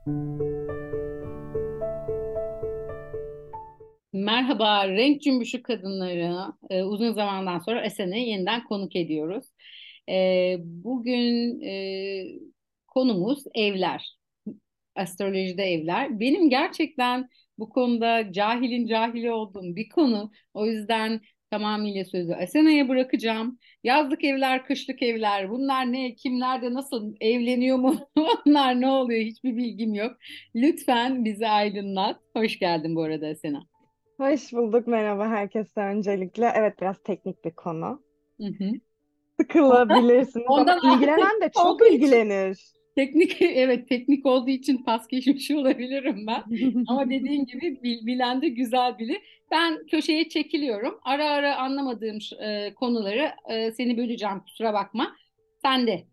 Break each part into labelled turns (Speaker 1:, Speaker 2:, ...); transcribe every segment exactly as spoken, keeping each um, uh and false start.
Speaker 1: Merhaba, renk cümbüşü kadınları. Ee, uzun zamandan sonra Esen'e yeniden konuk ediyoruz. Ee, bugün e, konumuz evler, astrolojide evler. Benim gerçekten bu konuda cahilin cahili olduğum bir konu. O yüzden tamamıyla sözü Esen'e bırakacağım. Yazlık evler, kışlık evler, bunlar ne, kimler nasıl evleniyor mu? Onlar ne oluyor? Hiçbir bilgim yok. Lütfen bizi aydınlat. Hoş geldin bu arada Esen'e.
Speaker 2: Hoş bulduk. Merhaba herkese öncelikle. Evet biraz teknik bir konu.
Speaker 1: Hı hı.
Speaker 2: Sıkılabilirsiniz ama
Speaker 1: Ondan
Speaker 2: ilgilenen de çok
Speaker 1: olduğu için
Speaker 2: ilgilenir.
Speaker 1: teknik evet teknik olduğu için pas geçmiş olabilirim ben. Ama dediğin gibi bil- bilen de güzel biri. Ben köşeye çekiliyorum. Ara ara anlamadığım e, konuları e, seni böleceğim kusura bakma. Sen de.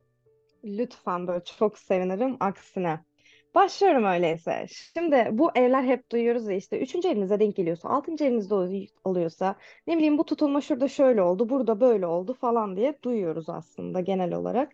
Speaker 2: Lütfen böyle çok sevinirim aksine. Başlıyorum öyleyse. Şimdi bu evler hep duyuyoruz ya işte üçüncü evinize denk geliyorsa, altıncı evinizde ol- oluyorsa ne bileyim bu tutulma şurada şöyle oldu, burada böyle oldu falan diye duyuyoruz aslında genel olarak.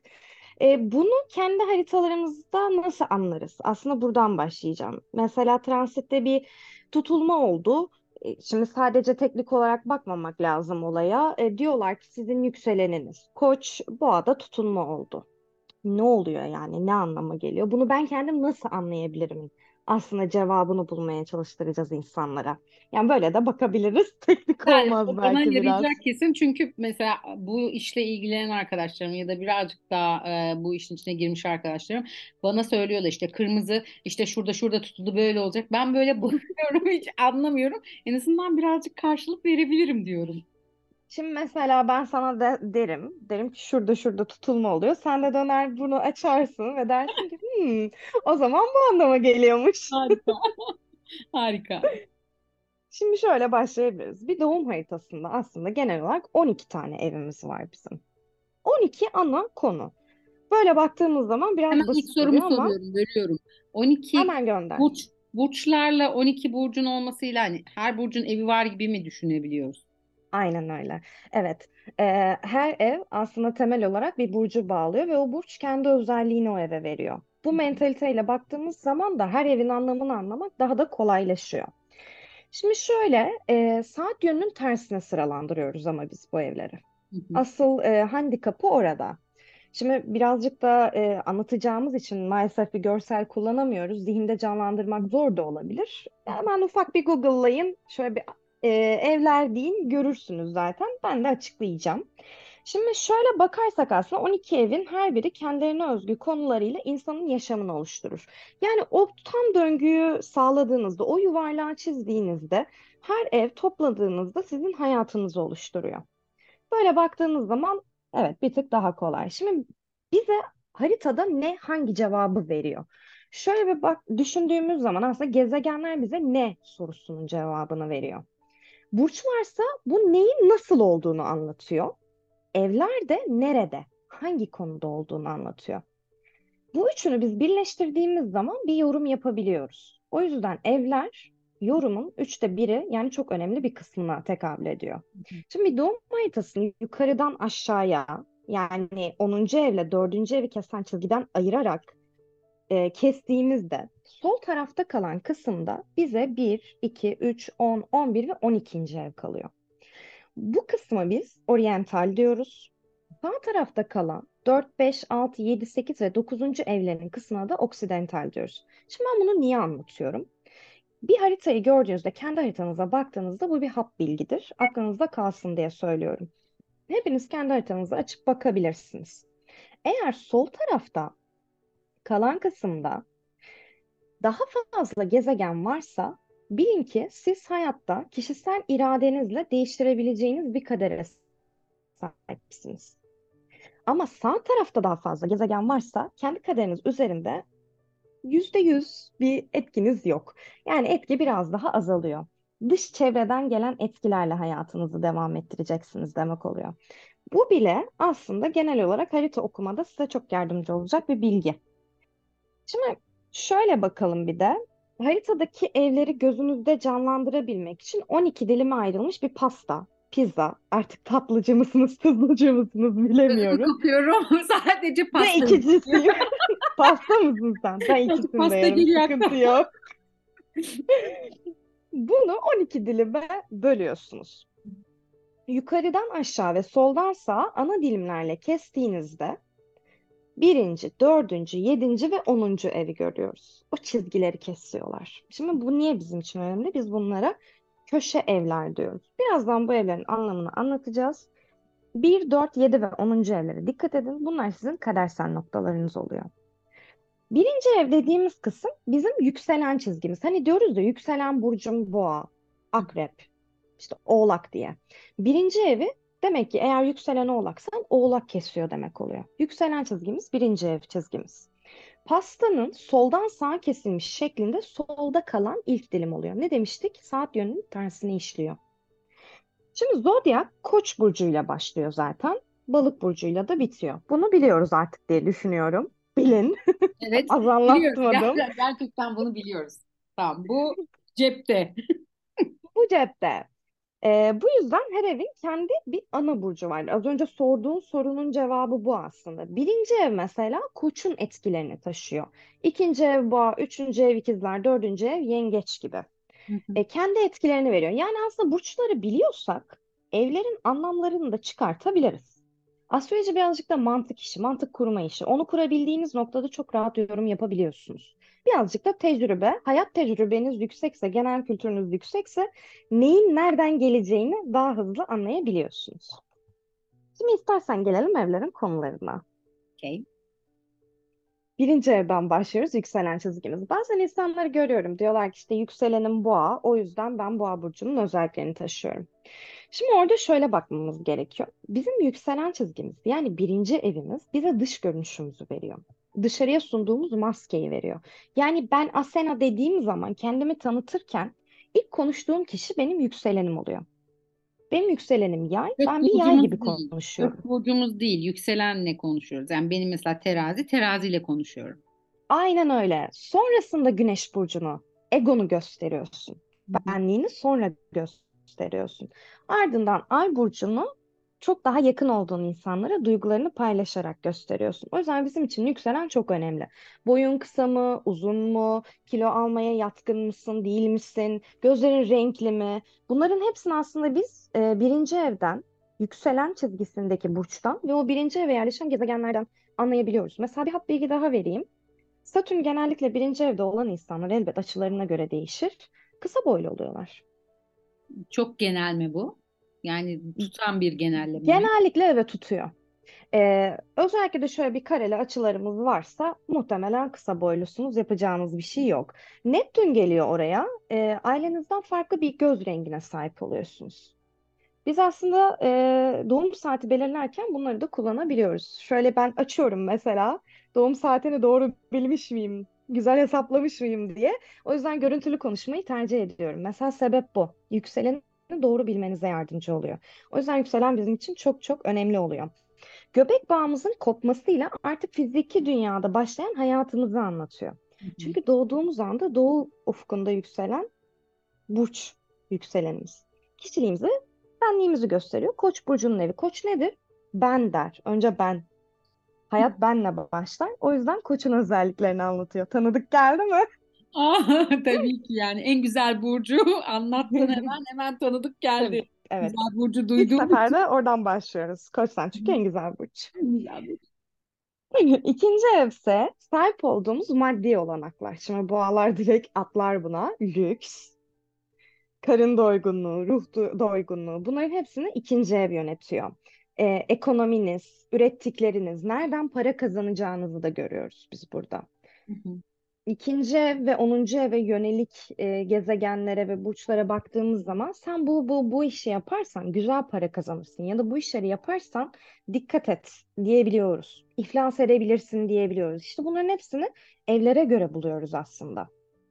Speaker 2: E, bunu kendi haritalarımızda nasıl anlarız? Aslında buradan başlayacağım. Mesela transitte bir tutulma oldu. E, Şimdi sadece teknik olarak bakmamak lazım olaya. E, diyorlar ki sizin yükseleniniz Koç, Boğa'da tutulma oldu. Ne oluyor yani? Ne anlama geliyor? Bunu ben kendim nasıl anlayabilirim? Aslında cevabını bulmaya çalıştıracağız insanlara. Yani böyle de bakabiliriz. Teknik
Speaker 1: Yani o
Speaker 2: olmaz
Speaker 1: bana
Speaker 2: belki
Speaker 1: yarayacak
Speaker 2: biraz.
Speaker 1: kesin çünkü mesela bu işle ilgilenen arkadaşlarım ya da birazcık daha e, bu işin içine girmiş arkadaşlarım bana söylüyorlar işte kırmızı işte şurada şurada tutuldu böyle olacak. Ben böyle bakıyorum hiç anlamıyorum. En azından birazcık karşılık verebilirim diyorum.
Speaker 2: Şimdi mesela ben sana de, derim. Derim ki şurada şurada tutulma oluyor. Sen de döner bunu açarsın ve dersin ki "Hmm, o zaman bu anlama geliyormuş."
Speaker 1: Harika, harika.
Speaker 2: Şimdi şöyle başlayabiliriz. Bir doğum haritasında aslında genel olarak on iki tane evimiz var bizim. on iki ana konu. Böyle baktığımız zaman
Speaker 1: Hemen
Speaker 2: biraz
Speaker 1: ilk
Speaker 2: basit
Speaker 1: sorumu
Speaker 2: duruyor ama
Speaker 1: soruyorum, bölüyorum. on iki
Speaker 2: hemen gönder.
Speaker 1: burç, burçlarla on iki burcun olmasıyla hani her burcun evi var gibi mi düşünebiliyoruz?
Speaker 2: Aynen öyle. Evet. Ee, her ev aslında temel olarak bir burcu bağlıyor ve o burç kendi özelliğini o eve veriyor. Bu mentaliteyle baktığımız zaman da her evin anlamını anlamak daha da kolaylaşıyor. Şimdi şöyle, e, saat yönünün tersine sıralandırıyoruz ama biz bu evleri.
Speaker 1: Hı hı.
Speaker 2: Asıl e, handikapı orada. Şimdi birazcık da e, anlatacağımız için maalesef bir görsel kullanamıyoruz. Zihinde canlandırmak zor da olabilir. Hemen ufak bir Google'layın. Şöyle bir e, evler deyin görürsünüz zaten. Ben de açıklayacağım. Şimdi şöyle bakarsak aslında on iki evin her biri kendilerine özgü konularıyla insanın yaşamını oluşturur. Yani o tam döngüyü sağladığınızda, o yuvarlağı çizdiğinizde her ev topladığınızda sizin hayatınızı oluşturuyor. Böyle baktığınız zaman evet bir tık daha kolay. Şimdi bize haritada ne hangi cevabı veriyor? Şöyle bir bak düşündüğümüz zaman aslında gezegenler bize ne sorusunun cevabını veriyor. Burçlarsa bu neyin nasıl olduğunu anlatıyor. Evler de nerede, hangi konuda olduğunu anlatıyor. Bu üçünü biz birleştirdiğimiz zaman bir yorum yapabiliyoruz. O yüzden evler yorumun üçte biri yani çok önemli bir kısmına tekabül ediyor. Şimdi bir doğum haritasını yukarıdan aşağıya yani onuncu evle dördüncü evi kesen çizgiden ayırarak e, kestiğimizde sol tarafta kalan kısımda bize bir, iki, üç, on, on bir ve on ikinci ev kalıyor. Bu kısmı biz oryantal diyoruz. Sağ tarafta kalan dört, beş, altı, yedi, sekiz ve dokuzuncu evlerin kısmına da oksidental diyoruz. Şimdi ben bunu niye anlatıyorum? Bir haritayı gördüğünüzde, kendi haritanıza baktığınızda bu bir hap bilgidir. Aklınızda kalsın diye söylüyorum. Hepiniz kendi haritanızı açıp bakabilirsiniz. Eğer sol tarafta kalan kısımda daha fazla gezegen varsa bilin ki siz hayatta kişisel iradenizle değiştirebileceğiniz bir kadere sahipsiniz. Ama sağ tarafta daha fazla gezegen varsa kendi kaderiniz üzerinde yüzde yüz bir etkiniz yok. Yani etki biraz daha azalıyor. Dış çevreden gelen etkilerle hayatınızı devam ettireceksiniz demek oluyor. Bu bile aslında genel olarak harita okumada size çok yardımcı olacak bir bilgi. Şimdi şöyle bakalım bir de. Haritadaki evleri gözünüzde canlandırabilmek için on iki dilime ayrılmış bir pasta, pizza, artık tatlıcı mısınız, tuzlucu musunuz
Speaker 1: Gözümü
Speaker 2: bilemiyorum.
Speaker 1: kapıyorum. Sadece
Speaker 2: Ve
Speaker 1: pastayı.
Speaker 2: ikincisi Pasta mısın sen? Ben
Speaker 1: Hadi
Speaker 2: ikisini de
Speaker 1: pasta
Speaker 2: yerim.
Speaker 1: geliyor
Speaker 2: Sıkıntı
Speaker 1: aklıma.
Speaker 2: yok. Bunu on iki dilime bölüyorsunuz. Yukarıdan aşağı ve soldan sağa ana dilimlerle kestiğinizde birinci, dördüncü, yedinci ve onuncu evi görüyoruz. O çizgileri kesiyorlar. Şimdi bu niye bizim için önemli? Biz bunlara köşe evler diyoruz. Birazdan bu evlerin anlamını anlatacağız. Bir, dört, yedi ve onuncu evlere dikkat edin. Bunlar sizin kadersel noktalarınız oluyor. Birinci ev dediğimiz kısım bizim yükselen çizgimiz. Hani diyoruz ya yükselen burcum boğa, akrep, işte oğlak diye. Birinci evi demek ki eğer yükselen oğlaksan oğlak kesiyor demek oluyor. Yükselen çizgimiz birinci ev çizgimiz. Pastanın soldan sağa kesilmiş şeklinde solda kalan ilk dilim oluyor. Ne demiştik? Saat yönünün tersine işliyor. Şimdi zodyak Koç burcuyla başlıyor zaten. Balık burcuyla da bitiyor. Bunu biliyoruz artık diye düşünüyorum. Bilin.
Speaker 1: Evet,
Speaker 2: Az
Speaker 1: biliyoruz.
Speaker 2: anlatmadım.
Speaker 1: Ger- gerçekten bunu biliyoruz. Tamam, bu cepte.
Speaker 2: Bu cepte. Ee, bu yüzden her evin kendi bir ana burcu var. Az önce sorduğun sorunun cevabı bu aslında. Birinci ev mesela koçun etkilerini taşıyor. İkinci ev boğa, üçüncü ev ikizler, dördüncü ev yengeç gibi.
Speaker 1: Hı hı.
Speaker 2: E, kendi etkilerini veriyor. Yani aslında burçları biliyorsak evlerin anlamlarını da çıkartabiliriz. Astroloji birazcık da mantık işi, mantık kurma işi. Onu kurabildiğiniz noktada çok rahat yorum yapabiliyorsunuz. Birazcık da tecrübe, hayat tecrübeniz yüksekse, genel kültürünüz yüksekse neyin nereden geleceğini daha hızlı anlayabiliyorsunuz. Şimdi istersen gelelim evlerin konularına.
Speaker 1: Okay.
Speaker 2: Birinci evden başlıyoruz, yükselen çizgimiz. Bazen insanları görüyorum, diyorlar ki işte yükselenim boğa, o yüzden ben boğa burcunun özelliklerini taşıyorum. Şimdi orada şöyle bakmamız gerekiyor. Bizim yükselen çizgimiz, yani birinci evimiz bize dış görünüşümüzü veriyor. Dışarıya sunduğumuz maskeyi veriyor. Yani ben Asena dediğim zaman kendimi tanıtırken ilk konuştuğum kişi benim yükselenim oluyor. Benim yükselenim yay,
Speaker 1: Gök
Speaker 2: ben bir yay gibi
Speaker 1: burcumuz değil.
Speaker 2: konuşuyorum.
Speaker 1: Gök burcumuz değil. Yükselenle konuşuyoruz. Yani benim mesela terazi, teraziyle konuşuyorum.
Speaker 2: Aynen öyle. Sonrasında Güneş burcunu, egonu gösteriyorsun.
Speaker 1: Hı hı.
Speaker 2: Benliğini sonra gösteriyorsun. Ardından Ay burcunu çok daha yakın olduğun insanlara duygularını paylaşarak gösteriyorsun. O yüzden bizim için yükselen çok önemli. Boyun kısa mı, uzun mu, kilo almaya yatkın mısın, değil misin, gözlerin renkli mi? Bunların hepsini aslında biz e, birinci evden, yükselen çizgisindeki burçtan ve o birinci eve yerleşen gezegenlerden anlayabiliyoruz. Mesela bir hap bilgi daha vereyim. Satürn genellikle birinci evde olan insanlar elbet açılarına göre değişir. Kısa boylu oluyorlar.
Speaker 1: Çok genel mi bu? Yani tutan bir genelleme mi?
Speaker 2: Genellikle evet tutuyor. Ee, özellikle de şöyle bir kareli açılarımız varsa muhtemelen kısa boylusunuz. Yapacağınız bir şey yok. Neptün geliyor oraya. Ee, ailenizden farklı bir göz rengine sahip oluyorsunuz. Biz aslında e, doğum saati belirlerken bunları da kullanabiliyoruz. Şöyle ben açıyorum mesela doğum saatini doğru bilmiş miyim, güzel hesaplamış mıyım diye. O yüzden görüntülü konuşmayı tercih ediyorum. Mesela sebep bu. Yükseleni doğru bilmenize yardımcı oluyor. O yüzden yükselen bizim için çok çok önemli oluyor. Göbek bağımızın kopmasıyla artık fiziki dünyada başlayan hayatımızı anlatıyor.
Speaker 1: Hı hı.
Speaker 2: Çünkü doğduğumuz anda doğu ufkunda yükselen burç yükselenimiz. Kişiliğimizi, benliğimizi gösteriyor. Koç burcunun evi. Koç nedir? Ben der. Önce ben. Hayat benle başlar. O yüzden koçun özelliklerini anlatıyor. Tanıdık geldi mi?
Speaker 1: Aa, tabii ki yani en güzel burcu anlattın hemen hemen tanıdık
Speaker 2: Tabii.
Speaker 1: geldi.
Speaker 2: Evet.
Speaker 1: Güzel burcu
Speaker 2: İlk
Speaker 1: duyduğum
Speaker 2: seferde oradan başlıyoruz. Koçtan çünkü en güzel burç.
Speaker 1: en güzel burcu.
Speaker 2: İkinci ev ise sahip olduğumuz maddi olanaklar. Şimdi boğalar direkt atlar buna. Lüks, karın doygunluğu, ruh do- doygunluğu bunların hepsini ikinci ev yönetiyor. Ee, ekonominiz, ürettikleriniz, nereden para kazanacağınızı da görüyoruz biz burada.
Speaker 1: Hı hı.
Speaker 2: İkinci ev ve onuncu eve yönelik e, gezegenlere ve burçlara baktığımız zaman sen bu bu bu işi yaparsan güzel para kazanırsın ya da bu işleri yaparsan dikkat et diyebiliyoruz. İflas edebilirsin diyebiliyoruz. İşte bunların hepsini evlere göre buluyoruz aslında.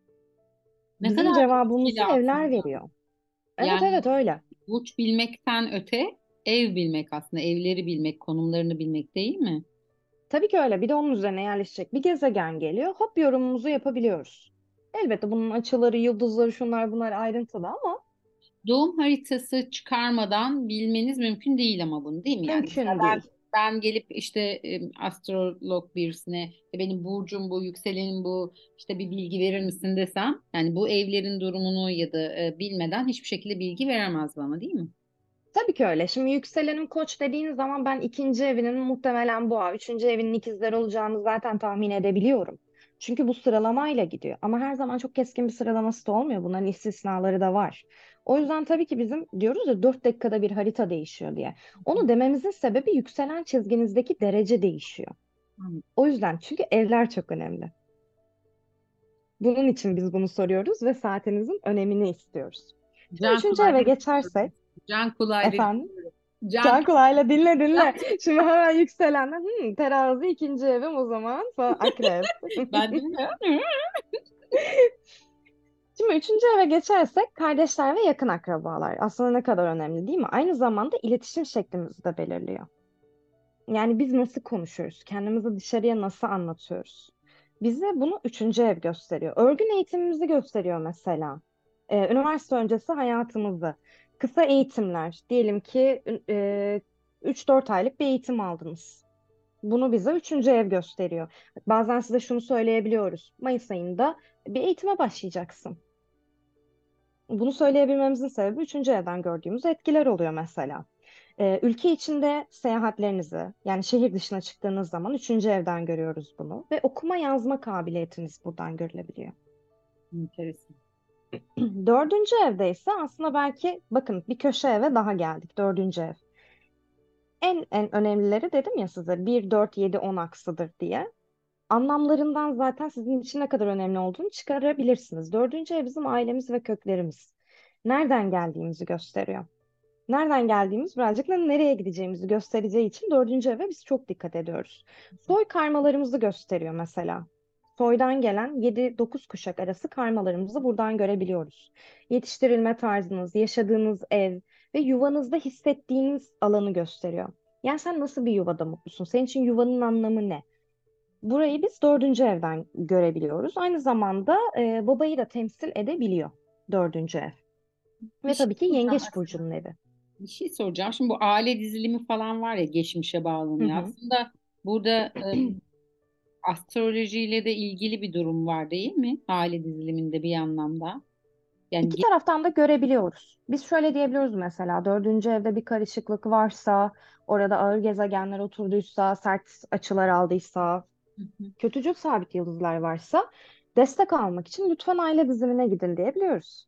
Speaker 1: Ne
Speaker 2: Bizim
Speaker 1: kadar da etkili
Speaker 2: cevabımızı evler
Speaker 1: aslında.
Speaker 2: veriyor. Evet
Speaker 1: Yani
Speaker 2: evet öyle.
Speaker 1: burç bilmekten öte ev bilmek aslında. Evleri bilmek, konumlarını bilmek değil mi?
Speaker 2: Tabii ki öyle. Bir de onun üzerine yerleşecek bir gezegen geliyor. Hop yorumumuzu yapabiliyoruz. Elbette bunun açıları, yıldızları, şunlar bunlar ayrıntılı ama
Speaker 1: Doğum haritası çıkarmadan bilmeniz mümkün değil ama bunu değil mi? Yani mesela
Speaker 2: mümkün
Speaker 1: ben
Speaker 2: değil.
Speaker 1: Ben gelip işte e, astrolog birisine "E, benim burcum bu, yükselenim bu, işte bir bilgi verir misin" desem, yani bu evlerin durumunu ya da e, bilmeden hiçbir şekilde bilgi veremez bana, değil mi?
Speaker 2: Tabii ki öyle. Şimdi yükselenin koç dediğin zaman ben ikinci evinin muhtemelen boğa, üçüncü evinin ikizler olacağını zaten tahmin edebiliyorum. Çünkü bu sıralamayla gidiyor. Ama her zaman çok keskin bir sıralaması da olmuyor. Bunların istisnaları da var. O yüzden tabii ki bizim diyoruz ya dört dakikada bir harita değişiyor diye. Onu dememizin sebebi yükselen çizginizdeki derece değişiyor.
Speaker 1: Hı.
Speaker 2: O yüzden çünkü evler çok önemli. Bunun için biz bunu soruyoruz ve saatinizin önemini istiyoruz. Şimdi
Speaker 1: Can
Speaker 2: üçüncü eve
Speaker 1: kulağıyla
Speaker 2: geçersek,
Speaker 1: dinliyorum. Can kulağıyla
Speaker 2: efendim.
Speaker 1: dinliyorum. Can
Speaker 2: Can kulağıyla dinle dinle.
Speaker 1: kulağıyla.
Speaker 2: Şimdi hemen yükselenden hmm, terazi ikinci evim o zaman falan akrep.
Speaker 1: Ben dinliyorum.
Speaker 2: Şimdi üçüncü eve geçersek kardeşler ve yakın akrabalar. Aslında ne kadar önemli değil mi? Aynı zamanda iletişim şeklimizi de belirliyor. Yani biz nasıl konuşuyoruz? Kendimizi dışarıya nasıl anlatıyoruz? Bize bunu üçüncü ev gösteriyor. Örgün eğitimimizi gösteriyor mesela. Ee, üniversite öncesi hayatımızı. Kısa eğitimler. Diyelim ki e, üç dört aylık bir eğitim aldınız. Bunu bize üçüncü ev gösteriyor. Bazen size şunu söyleyebiliyoruz. Mayıs ayında bir eğitime başlayacaksın. Bunu söyleyebilmemizin sebebi üçüncü evden gördüğümüz etkiler oluyor mesela. Ee, ülke içinde seyahatlerinizi, yani şehir dışına çıktığınız zaman üçüncü evden görüyoruz bunu. Ve okuma yazma kabiliyetiniz buradan görülebiliyor.
Speaker 1: Enteresan.
Speaker 2: Dördüncü evde ise aslında belki bakın bir köşe eve daha geldik. Dördüncü ev. En en önemlileri dedim ya size bir, dört, yedi, on aksıdır diye. Anlamlarından zaten sizin için ne kadar önemli olduğunu çıkarabilirsiniz. Dördüncü ev bizim ailemiz ve köklerimiz. Nereden geldiğimizi gösteriyor. Nereden geldiğimiz birazcık da nereye gideceğimizi göstereceği için dördüncü eve biz çok dikkat ediyoruz. Soy karmalarımızı gösteriyor mesela. Soydan gelen yedi dokuz kuşak arası karmalarımızı buradan görebiliyoruz. Yetiştirilme tarzınız, yaşadığınız ev ve yuvanızda hissettiğiniz alanı gösteriyor. Yani sen nasıl bir yuvada mutlusun? Senin için yuvanın anlamı ne? Burayı biz dördüncü evden görebiliyoruz. Aynı zamanda e, babayı da temsil edebiliyor dördüncü ev.
Speaker 1: Bir
Speaker 2: Ve
Speaker 1: şey
Speaker 2: tabii ki
Speaker 1: soracağım
Speaker 2: Yengeç
Speaker 1: aslında.
Speaker 2: Burcu'nun evi.
Speaker 1: Bir şey soracağım. Şimdi bu aile dizilimi falan var ya, geçmişe
Speaker 2: Hı
Speaker 1: bağlanıyor.
Speaker 2: hı.
Speaker 1: Aslında burada e, astrolojiyle de ilgili bir durum var, değil mi? Aile diziliminde bir anlamda. Yani
Speaker 2: İki
Speaker 1: ge-
Speaker 2: taraftan da görebiliyoruz. Biz şöyle diyebiliyoruz mesela dördüncü evde bir karışıklık varsa, orada ağır gezegenler oturduysa, sert açılar aldıysa,
Speaker 1: Hı hı.
Speaker 2: kötücül sabit yıldızlar varsa destek almak için lütfen aile dizimine gidin diyebiliyoruz.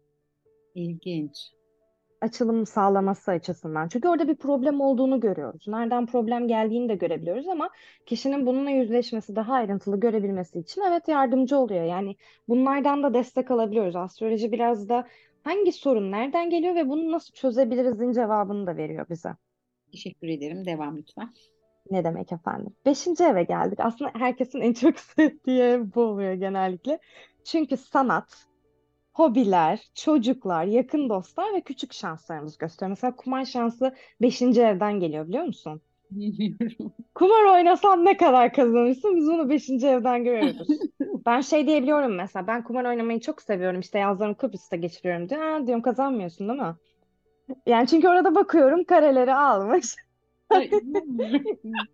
Speaker 1: ilginç.
Speaker 2: Açılım sağlaması açısından. Çünkü orada bir problem olduğunu görüyoruz. Nereden problem geldiğini de görebiliyoruz ama kişinin bununla yüzleşmesi, daha ayrıntılı görebilmesi için evet yardımcı oluyor. Yani bunlardan da destek alabiliyoruz. Astroloji biraz da hangi sorun nereden geliyor ve bunu nasıl çözebilirizin cevabını da veriyor bize.
Speaker 1: Teşekkür ederim. Devam lütfen.
Speaker 2: Ne demek efendim? Beşinci eve geldik. Aslında herkesin en çok sevdiği ev bu oluyor genellikle. Çünkü sanat, hobiler, çocuklar, yakın dostlar ve küçük şanslarımız gösteriyor. Mesela kumar şansı beşinci evden geliyor biliyor musun?
Speaker 1: Bilmiyorum.
Speaker 2: Kumar oynasan ne kadar kazanırsın? Biz bunu beşinci evden görüyoruz. Ben şey diyebiliyorum mesela ben kumar oynamayı çok seviyorum işte yazlarımı Kıbrıs'ta geçiriyorum diyor. Ha, diyorum kazanmıyorsun değil mi? Yani çünkü orada bakıyorum kareleri almış.
Speaker 1: Ay, inanmıyorum.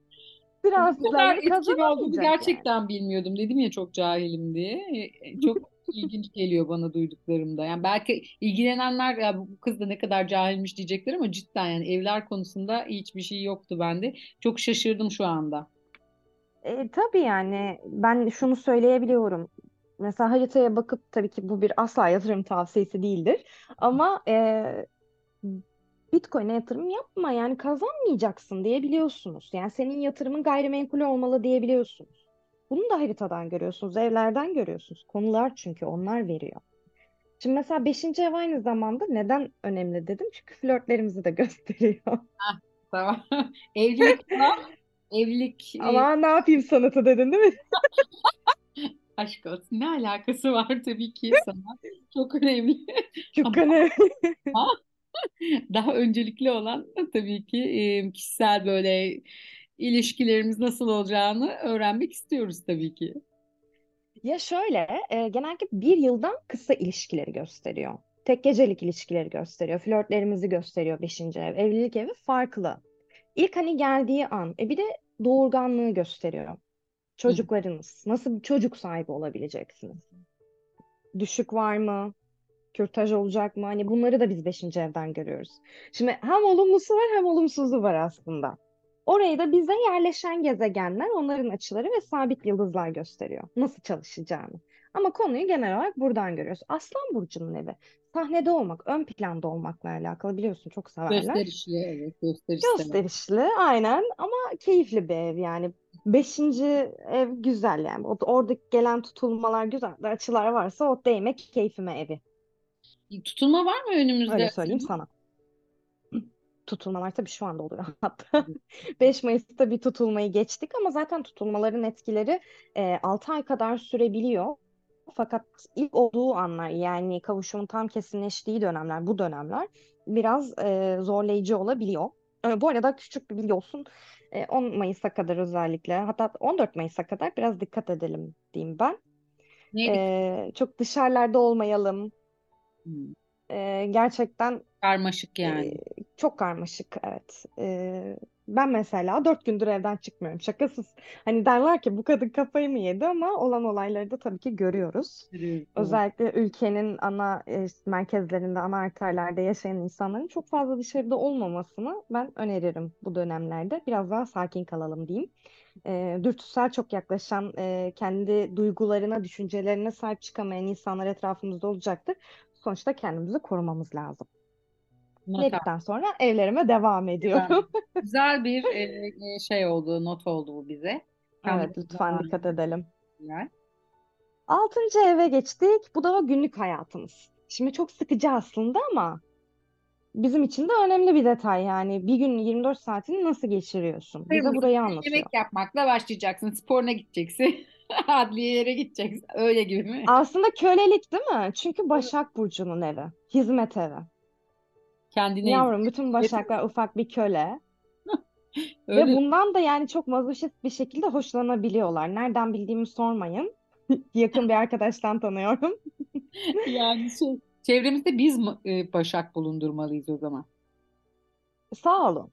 Speaker 1: Bu kadar
Speaker 2: Prenslerle
Speaker 1: etkili olduğunu
Speaker 2: kazanamayacak yani.
Speaker 1: gerçekten bilmiyordum. Dedim ya, çok cahilim diye. E, Çok ilginç geliyor bana duyduklarımda. Yani belki ilgilenenler ya bu kız da ne kadar cahilmiş diyecekler ama cidden yani evler konusunda hiçbir şey yoktu bende. Çok şaşırdım şu anda.
Speaker 2: E, tabii yani ben şunu söyleyebiliyorum. Mesela haritaya bakıp tabii ki bu bir asla yatırım tavsiyesi değildir. Ama e, Bitcoin'e yatırım yapma yani kazanmayacaksın diyebiliyorsunuz. Yani senin yatırımın gayrimenkul olmalı diyebiliyorsunuz. Bunu da haritadan görüyorsunuz, evlerden görüyorsunuz. Konular çünkü onlar veriyor. Şimdi mesela beşinci ev aynı zamanda neden önemli dedim? Çünkü flörtlerimizi de gösteriyor.
Speaker 1: Hah, tamam. Evlilik falan. Evlilik e,
Speaker 2: Ama ne yapayım sanatı dedin değil mi?
Speaker 1: aşk olsun. Ne alakası var tabii ki sana. Çok önemli.
Speaker 2: Çok
Speaker 1: Ama
Speaker 2: hani
Speaker 1: daha öncelikli olan tabii ki e, kişisel böyle ilişkilerimiz nasıl olacağını öğrenmek istiyoruz tabii ki.
Speaker 2: ya şöyle, e, genellikle bir yıldan kısa ilişkileri gösteriyor. Tek gecelik ilişkileri gösteriyor. Flörtlerimizi gösteriyor beşinci ev. Evlilik evi farklı. İlk hani geldiği an. E bir de doğurganlığı gösteriyor.
Speaker 1: Hı hı.
Speaker 2: Çocuklarınız. Nasıl bir çocuk sahibi olabileceksiniz? Düşük var mı? Kürtaj olacak mı? Hani bunları da biz beşinci evden görüyoruz. Şimdi hem olumlusu var hem olumsuzu var aslında. Orayı da bize yerleşen gezegenler, onların açıları ve sabit yıldızlar gösteriyor. Nasıl çalışacağını. Ama konuyu genel olarak buradan görüyoruz. Aslan Burcu'nun evi. Sahnede olmak, ön planda olmakla alakalı, biliyorsun çok severler.
Speaker 1: Gösterişli, evet, gösteriş sever.
Speaker 2: Gösterişli aynen ama keyifli bir ev yani. Beşinci ev güzel yani. O- Oradaki gelen tutulmalar güzel. Açılar varsa o değmek keyfime evi.
Speaker 1: Tutulma var mı
Speaker 2: Öyle
Speaker 1: önümüzde
Speaker 2: söyleyeyim
Speaker 1: senin?
Speaker 2: sana. Tutulmalar tabii şu anda oluyor hatta. beş Mayıs'ta bir tutulmayı geçtik ama zaten tutulmaların etkileri e, altı ay kadar sürebiliyor. Fakat ilk olduğu anlar, yani kavuşumun tam kesinleştiği dönemler, bu dönemler biraz e, zorlayıcı olabiliyor. E, bu arada küçük bir bilgi olsun. E, on Mayıs'a kadar özellikle, hatta on dört Mayıs'a kadar biraz dikkat edelim diyeyim ben.
Speaker 1: Neydi?
Speaker 2: E, çok dışarılarda olmayalım.
Speaker 1: Hmm.
Speaker 2: E, gerçekten
Speaker 1: Karmaşık
Speaker 2: Ee,
Speaker 1: yani.
Speaker 2: çok karmaşık, evet. Ee, ben mesela dört gündür evden çıkmıyorum. Şakasız. Hani derler ki bu kadın kafayı mı yedi, ama olan olayları da tabii ki görüyoruz.
Speaker 1: Görüyoruz, evet.
Speaker 2: Özellikle ülkenin ana e, merkezlerinde, ana arterlerde yaşayan insanların çok fazla dışarıda olmamasını ben öneririm bu dönemlerde. Biraz daha sakin kalalım diyeyim. Ee, dürtüsel çok yaklaşan, e, kendi duygularına, düşüncelerine sahip çıkamayan insanlar etrafımızda olacaktır. Sonuçta kendimizi korumamız lazım
Speaker 1: Not al.
Speaker 2: dedikten sonra evlerime devam
Speaker 1: Devam.
Speaker 2: ediyorum.
Speaker 1: Güzel bir e, e, şey oldu, not oldu bu bize.
Speaker 2: Evet,
Speaker 1: Kendimize
Speaker 2: lütfen
Speaker 1: devam
Speaker 2: dikkat
Speaker 1: edelim.
Speaker 2: edelim.
Speaker 1: Güzel.
Speaker 2: Altıncı eve geçtik. Bu da günlük hayatımız. Şimdi çok sıkıcı aslında ama bizim için de önemli bir detay yani. Bir gün yirmi dört saatini nasıl geçiriyorsun? Bize
Speaker 1: Kırmızı
Speaker 2: burayı
Speaker 1: yemek
Speaker 2: anlatıyor.
Speaker 1: yapmakla başlayacaksın. Sporuna gideceksin. Adliyelere gideceksin. Öyle gibi mi?
Speaker 2: Aslında kölelik değil mi? Çünkü Başak Burcu'nun evi. Hizmet evi.
Speaker 1: Kendine izin.
Speaker 2: Yavrum, bütün Başaklar ufak bir köle. Ve
Speaker 1: Öyle.
Speaker 2: bundan da yani çok mazoşist bir şekilde hoşlanabiliyorlar. Nereden bildiğimi sormayın. Yakın bir arkadaştan tanıyorum.
Speaker 1: Yani şey, çevremizde biz mi e, Başak bulundurmalıyız o zaman?
Speaker 2: Sağ olun.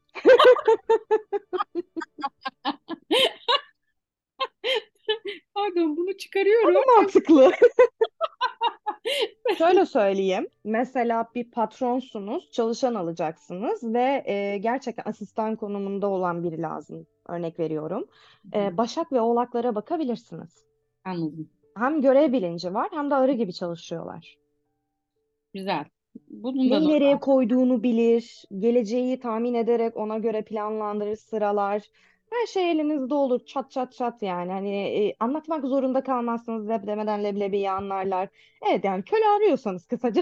Speaker 1: Pardon, bunu çıkarıyorum.
Speaker 2: Mantıklı. Şöyle söyleyeyim. Mesela bir patronsunuz, çalışan alacaksınız ve e, gerçekten asistan konumunda olan biri lazım. Örnek veriyorum. E, Başak ve Oğlaklara bakabilirsiniz.
Speaker 1: Anladım.
Speaker 2: Hem görev bilinci var hem de arı gibi çalışıyorlar.
Speaker 1: Güzel. Bunun da
Speaker 2: Neyi
Speaker 1: not
Speaker 2: nereye
Speaker 1: al.
Speaker 2: koyduğunu bilir, geleceği tahmin ederek ona göre planlandırır, sıralar. Her şey elinizde olur, çat çat çat yani. Hani e, anlatmak zorunda kalmazsınız, leb demeden leblebiyi anlarlar. Evet, yani köle arıyorsanız kısaca.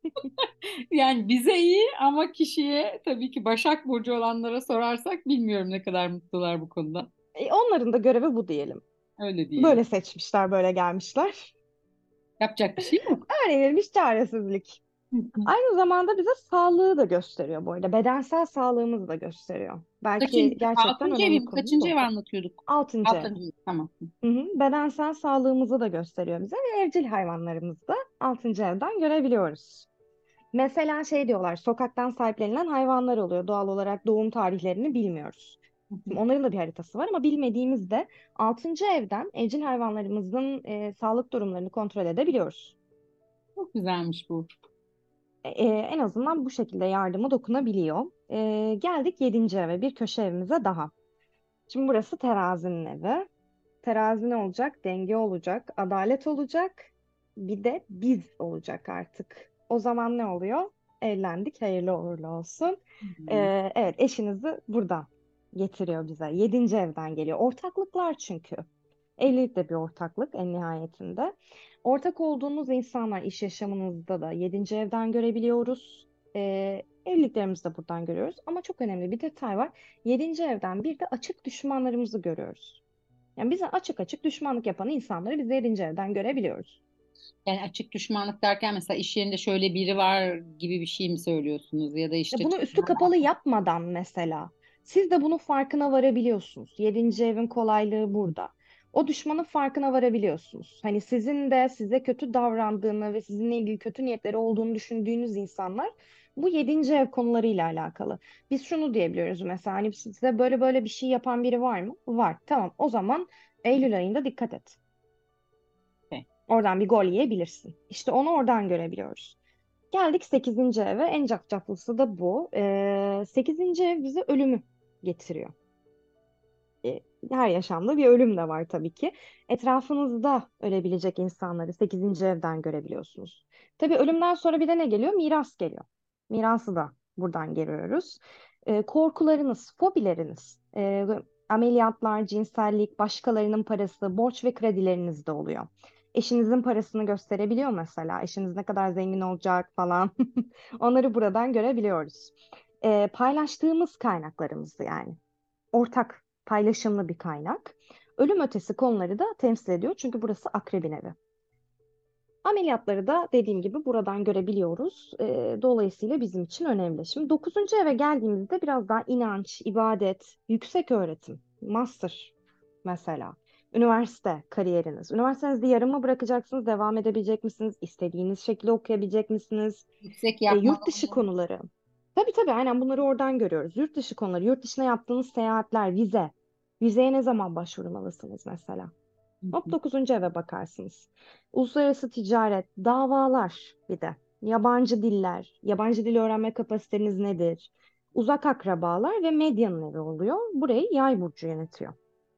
Speaker 1: Yani bize iyi ama kişiye, tabii ki Başak Burcu olanlara sorarsak bilmiyorum ne kadar mutlular bu konuda.
Speaker 2: E, onların da görevi bu diyelim.
Speaker 1: Öyle diyelim.
Speaker 2: Böyle seçmişler, böyle gelmişler.
Speaker 1: Yapacak bir şey yok.
Speaker 2: Öğrenilmiş çaresizlik.
Speaker 1: Hı hı.
Speaker 2: Aynı zamanda bize sağlığı da gösteriyor bu arada. Bedensel sağlığımızı da gösteriyor. Belki
Speaker 1: Kaçıncı,
Speaker 2: gerçekten
Speaker 1: altıncı
Speaker 2: önemli
Speaker 1: evim,
Speaker 2: konu
Speaker 1: kaçıncı
Speaker 2: bu.
Speaker 1: ev anlatıyorduk?
Speaker 2: Altıncı ev.
Speaker 1: Altıncı ev, tamam.
Speaker 2: Hı hı. Bedensel sağlığımızı da gösteriyor bize ve evcil hayvanlarımızı da altıncı evden görebiliyoruz. Mesela şey diyorlar, sokaktan sahiplenilen hayvanlar oluyor. Doğal olarak doğum tarihlerini bilmiyoruz.
Speaker 1: Hı hı.
Speaker 2: Şimdi onların da bir haritası var ama bilmediğimizde altıncı evden evcil hayvanlarımızın e, sağlık durumlarını kontrol edebiliyoruz.
Speaker 1: Çok güzelmiş bu.
Speaker 2: E, e, en azından bu şekilde yardıma dokunabiliyor. E, geldik yedinci eve, bir köşe evimize daha. Şimdi burası terazinin evi. Terazi ne olacak? Denge olacak, adalet olacak, bir de biz olacak artık. O zaman ne oluyor? Evlendik, hayırlı uğurlu olsun.
Speaker 1: Hı hı.
Speaker 2: Ee, evet, eşinizi buradan getiriyor bize. Yedinci evden geliyor. Ortaklıklar çünkü. Evlilik de bir ortaklık en nihayetinde. Ortak olduğunuz insanlar iş yaşamınızda da yedinci evden görebiliyoruz. Ee, evliliklerimizi de buradan görüyoruz. Ama çok önemli bir detay var. Yedinci evden bir de açık düşmanlarımızı görüyoruz. Yani bize açık açık düşmanlık yapan insanları biz yedinci evden görebiliyoruz.
Speaker 1: Yani açık düşmanlık derken mesela iş yerinde şöyle biri var gibi bir şey mi söylüyorsunuz? Ya da
Speaker 2: Ya
Speaker 1: işte
Speaker 2: bunu üstü kapalı yapmadan mesela siz de bunun farkına varabiliyorsunuz. Yedinci evin kolaylığı burada. O düşmanın farkına varabiliyorsunuz. Hani sizin de size kötü davrandığını ve sizinle ilgili kötü niyetleri olduğunu düşündüğünüz insanlar Bu yedinci ev konularıyla alakalı. Biz şunu diyebiliyoruz mesela, hani size böyle böyle bir şey yapan biri var mı? Var. Tamam. O zaman Eylül ayında dikkat et.
Speaker 1: Okay.
Speaker 2: Oradan bir gol yiyebilirsin. İşte onu oradan görebiliyoruz. Geldik sekizinci eve. En cafcaflısı da bu. Ee, sekizinci ev bize ölümü getiriyor. E, Her yaşamda bir ölüm de var tabii ki. Etrafınızda ölebilecek insanları sekizinci evden görebiliyorsunuz. Tabii ölümden sonra bir de ne geliyor? Miras geliyor. Mirası da buradan görüyoruz. E, korkularınız, fobileriniz, e, ameliyatlar, cinsellik, başkalarının parası, borç ve kredileriniz de oluyor. Eşinizin parasını gösterebiliyor mesela. Eşiniz ne kadar zengin olacak falan. Onları buradan görebiliyoruz. E, paylaştığımız kaynaklarımızı yani ortak, paylaşımlı bir kaynak. Ölüm ötesi konuları da temsil ediyor çünkü burası akrebin evi. Ameliyatları da dediğim gibi buradan görebiliyoruz. Ee, dolayısıyla bizim için önemli. Şimdi dokuzuncu eve geldiğimizde biraz daha inanç, ibadet, yüksek öğretim, master mesela. Üniversite kariyeriniz. Üniversitenizde yarım mı bırakacaksınız, devam edebilecek misiniz? İstediğiniz şekilde okuyabilecek misiniz?
Speaker 1: Yüksek
Speaker 2: E,
Speaker 1: yapmalı
Speaker 2: yurt dışı
Speaker 1: mıyım?
Speaker 2: konuları. Tabii tabii, aynen bunları oradan görüyoruz. Yurt dışı konuları, yurt dışına yaptığınız seyahatler, vize. Vizeye ne zaman başvurmalısınız mesela?
Speaker 1: Hı
Speaker 2: Hop
Speaker 1: hı.
Speaker 2: dokuzuncu eve bakarsınız. Uluslararası ticaret, davalar bir de. Yabancı diller, yabancı dil öğrenme kapasiteniz nedir? Uzak akrabalar ve medyanın evi oluyor. Burayı yay burcu yönetiyor.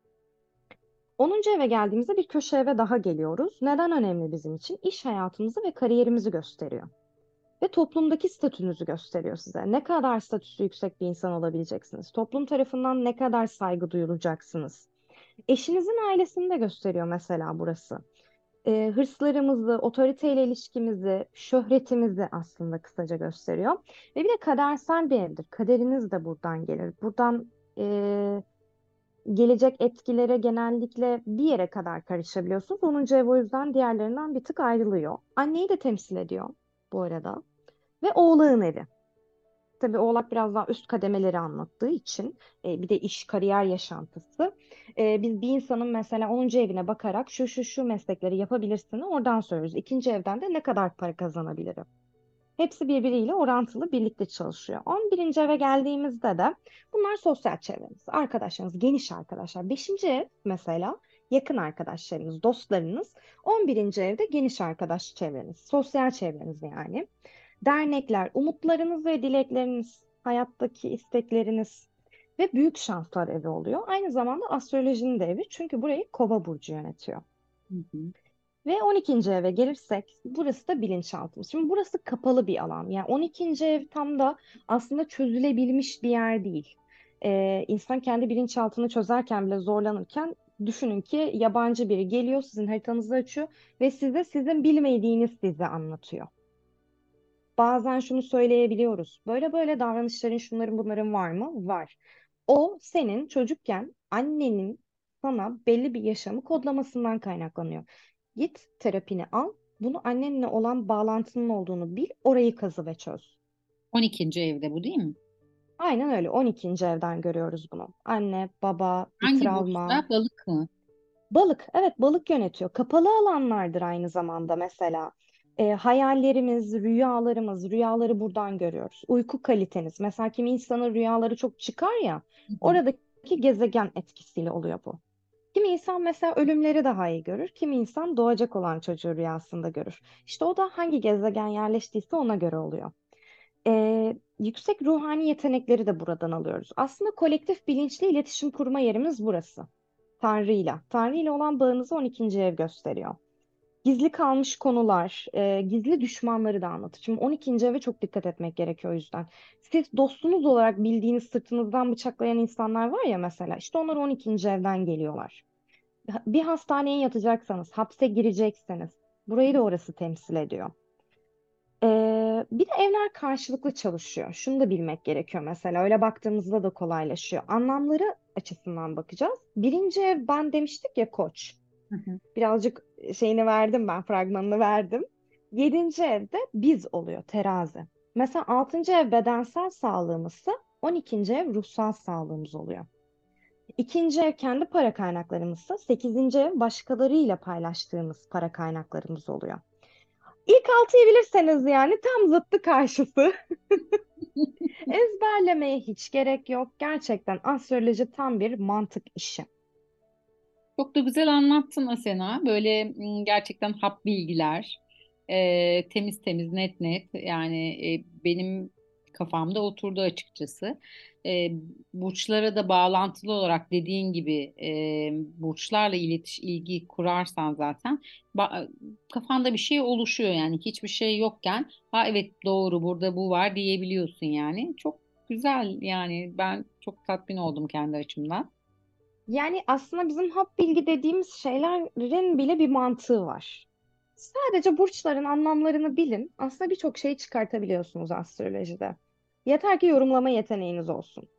Speaker 2: Onuncu eve geldiğimizde bir köşe eve daha geliyoruz. Neden önemli bizim için? İş hayatımızı ve kariyerimizi gösteriyor. Ve toplumdaki statünüzü gösteriyor size. Ne kadar statüsü yüksek bir insan olabileceksiniz? Toplum tarafından ne kadar saygı duyulacaksınız? Eşinizin ailesini de gösteriyor mesela burası. Ee, hırslarımızı, otoriteyle ilişkimizi, şöhretimizi aslında kısaca gösteriyor. Ve bir de kadersel bir evdir. Kaderiniz de buradan gelir. Buradan e, gelecek etkilere genellikle bir yere kadar karışabiliyorsunuz. Onuncu ev o yüzden diğerlerinden bir tık ayrılıyor. Anneyi de temsil ediyor bu arada. Ve oğlağın evi. Tabii Oğlak biraz daha üst kademeleri anlattığı için e, bir de iş, kariyer yaşantısı. E, biz bir insanın mesela onuncu evine bakarak şu şu şu meslekleri yapabilirsin oradan söylüyoruz. İkinci evden de ne kadar para kazanabilirim? Hepsi birbiriyle orantılı birlikte çalışıyor. On birinci eve geldiğimizde de bunlar sosyal çevreniz, arkadaşlarınız, geniş arkadaşlar. Beşinci ev mesela yakın arkadaşlarınız, dostlarınız. On birinci evde geniş arkadaş çevreniz, sosyal çevreniz yani. Dernekler, umutlarınız ve dilekleriniz, hayattaki istekleriniz ve büyük şanslar evi oluyor. Aynı zamanda astrolojinin de evi çünkü burayı Kova burcu yönetiyor.
Speaker 1: Hı hı.
Speaker 2: Ve on ikinci eve gelirsek burası da bilinçaltımız. Şimdi burası kapalı bir alan. Yani on ikinci ev tam da aslında çözülebilmiş bir yer değil. Ee, insan kendi bilinçaltını çözerken bile zorlanırken düşünün ki yabancı biri geliyor, sizin haritanızı açıyor ve size sizin bilmediğiniz sizi anlatıyor. Bazen şunu söyleyebiliyoruz. Böyle böyle davranışların, şunların bunların var mı? Var. O senin çocukken annenin sana belli bir yaşamı kodlamasından kaynaklanıyor. Git terapini al. Bunu annenle olan bağlantının olduğunu bil. Orayı kazı ve çöz.
Speaker 1: on ikinci evde bu değil mi?
Speaker 2: Aynen öyle. On ikinci evden görüyoruz bunu. Anne, baba, bir
Speaker 1: Hangi
Speaker 2: travma.
Speaker 1: burçta? Balık mı?
Speaker 2: Balık, evet balık yönetiyor. Kapalı alanlardır aynı zamanda mesela. E, hayallerimiz, rüyalarımız, rüyaları buradan görüyoruz. Uyku kaliteniz. Mesela kimi insanın rüyaları çok çıkar ya,
Speaker 1: Hı hı.
Speaker 2: oradaki gezegen etkisiyle oluyor bu. Kimi insan mesela ölümleri daha iyi görür, kimi insan doğacak olan çocuğu rüyasında görür. İşte o da hangi gezegen yerleştiyse ona göre oluyor. E, Yüksek ruhani yetenekleri de buradan alıyoruz. Aslında kolektif bilinçli iletişim kurma yerimiz burası. Tanrı'yla. Tanrı ile olan bağınızı on ikinci ev gösteriyor. Gizli kalmış konular, e, gizli düşmanları da anlatır. Şimdi on ikinci eve çok dikkat etmek gerekiyor o yüzden. Siz dostunuz olarak bildiğiniz sırtınızdan bıçaklayan insanlar var ya mesela, işte onlar on ikinci evden geliyorlar. Bir hastaneye yatacaksanız, hapse girecekseniz, burayı da orası temsil ediyor. Ee, bir de evler karşılıklı çalışıyor. Şunu da bilmek gerekiyor mesela. Öyle baktığımızda da kolaylaşıyor. Anlamları açısından bakacağız. Birinci ev ben demiştik ya Koç.
Speaker 1: Hı hı.
Speaker 2: Birazcık şeyini verdim ben, fragmanını verdim. Yedinci evde biz oluyor, terazi. Mesela altıncı ev bedensel sağlığımızsa on ikinci ev ruhsal sağlığımız oluyor. İkinci ev kendi para kaynaklarımızsa sekizinci ev başkalarıyla paylaştığımız para kaynaklarımız oluyor. İlk altıyı bilirseniz yani tam zıttı karşısı. Ezberlemeye hiç gerek yok. Gerçekten astroloji tam bir mantık işi.
Speaker 1: Çok da güzel anlattın Asena. Böyle m, gerçekten hap bilgiler, e, temiz temiz, net net. Yani e, benim kafamda oturdu açıkçası. E, Burçlara da bağlantılı olarak dediğin gibi e, burçlarla iletiş ilgi kurarsan zaten ba- kafanda bir şey oluşuyor yani hiçbir şey yokken, ha evet doğru burada bu var diyebiliyorsun yani. Çok güzel yani ben çok tatmin oldum kendi açımdan.
Speaker 2: Yani aslında bizim hap bilgi dediğimiz şeylerin bile bir mantığı var. Sadece burçların anlamlarını bilin. Aslında birçok şey çıkartabiliyorsunuz astrolojide. Yeter ki yorumlama yeteneğiniz olsun.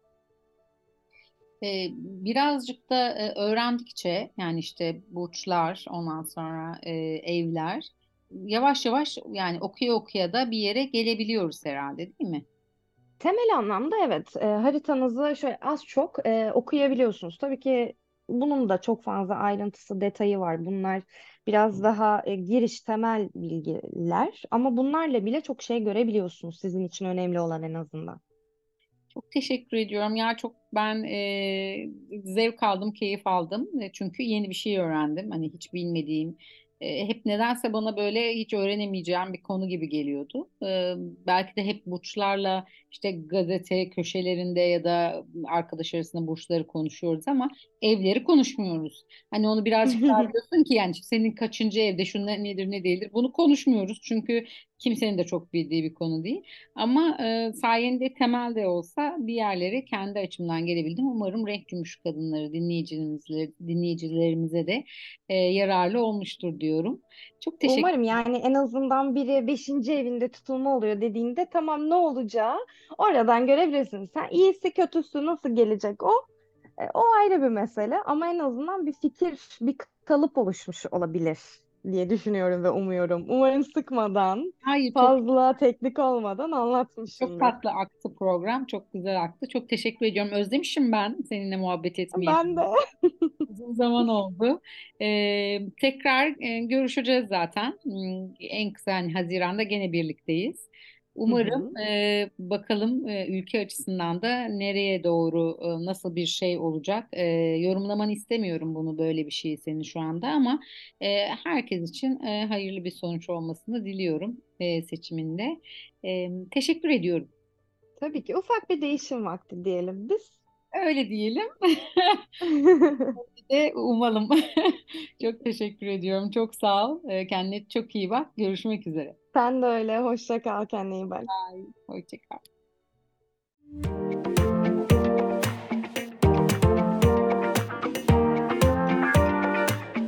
Speaker 1: E, birazcık da e, öğrendikçe yani işte burçlar ondan sonra e, evler yavaş yavaş yani okuya okuya da bir yere gelebiliyoruz herhalde değil mi?
Speaker 2: Temel anlamda evet, e, haritanızı şöyle az çok e, okuyabiliyorsunuz. Tabii ki bunun da çok fazla ayrıntısı, detayı var. Bunlar biraz daha e, giriş temel bilgiler ama bunlarla bile çok şey görebiliyorsunuz. Sizin için önemli olan en azından.
Speaker 1: Çok teşekkür ediyorum. Ya çok ben e, zevk aldım, keyif aldım. E, Çünkü yeni bir şey öğrendim. Hani hiç bilmediğim, e, hep nedense bana böyle hiç öğrenemeyeceğim bir konu gibi geliyordu. E, belki de hep burçlarla işte gazete köşelerinde ya da arkadaş arasında burçları konuşuyoruz ama evleri konuşmuyoruz. Hani onu birazcık daha diyorsun ki yani senin kaçıncı evde şunlar nedir ne değildir. Bunu konuşmuyoruz çünkü kimsenin de çok bildiği bir konu değil. Ama e, sayende temelde olsa bir yerlere kendi açımdan gelebildim. Umarım Renk Gümüş Kadınları dinleyicilerimize, dinleyicilerimize de e, yararlı olmuştur diyorum. Çok teşekkür
Speaker 2: Umarım yani en azından biri beşinci evinde tutulma oluyor dediğinde tamam ne olacağı oradan görebilirsin. Sen iyisi kötüsü nasıl gelecek o? E, o ayrı bir mesele ama en azından bir fikir, bir kalıp oluşmuş olabilir diye düşünüyorum ve umuyorum. Umarım sıkmadan,
Speaker 1: Hayır, çok
Speaker 2: fazla teknik olmadan
Speaker 1: çok
Speaker 2: anlatmışımdır.
Speaker 1: tatlı aktı program. Çok güzel aktı. Çok teşekkür ediyorum. Özlemişim ben seninle muhabbet etmeyi.
Speaker 2: Ben de.
Speaker 1: Uzun zaman oldu. Ee, tekrar e, görüşeceğiz zaten. Hmm, En kısa hani Haziran'da gene birlikteyiz.
Speaker 2: Hı
Speaker 1: Umarım
Speaker 2: hı.
Speaker 1: e, bakalım e, ülke açısından da nereye doğru e, nasıl bir şey olacak. E, yorumlamanı istemiyorum bunu böyle bir şey senin şu anda ama e, herkes için e, hayırlı bir sonuç olmasını diliyorum e, seçiminde. E, teşekkür ediyorum.
Speaker 2: Tabii ki ufak bir değişim vakti diyelim biz.
Speaker 1: Öyle diyelim. de umalım. Çok teşekkür ediyorum. Çok sağ ol. Ee, Kendine çok iyi bak. Görüşmek üzere.
Speaker 2: Sen de öyle. Hoşça kal, kendine iyi bak.
Speaker 1: Bye. Hoşça kal.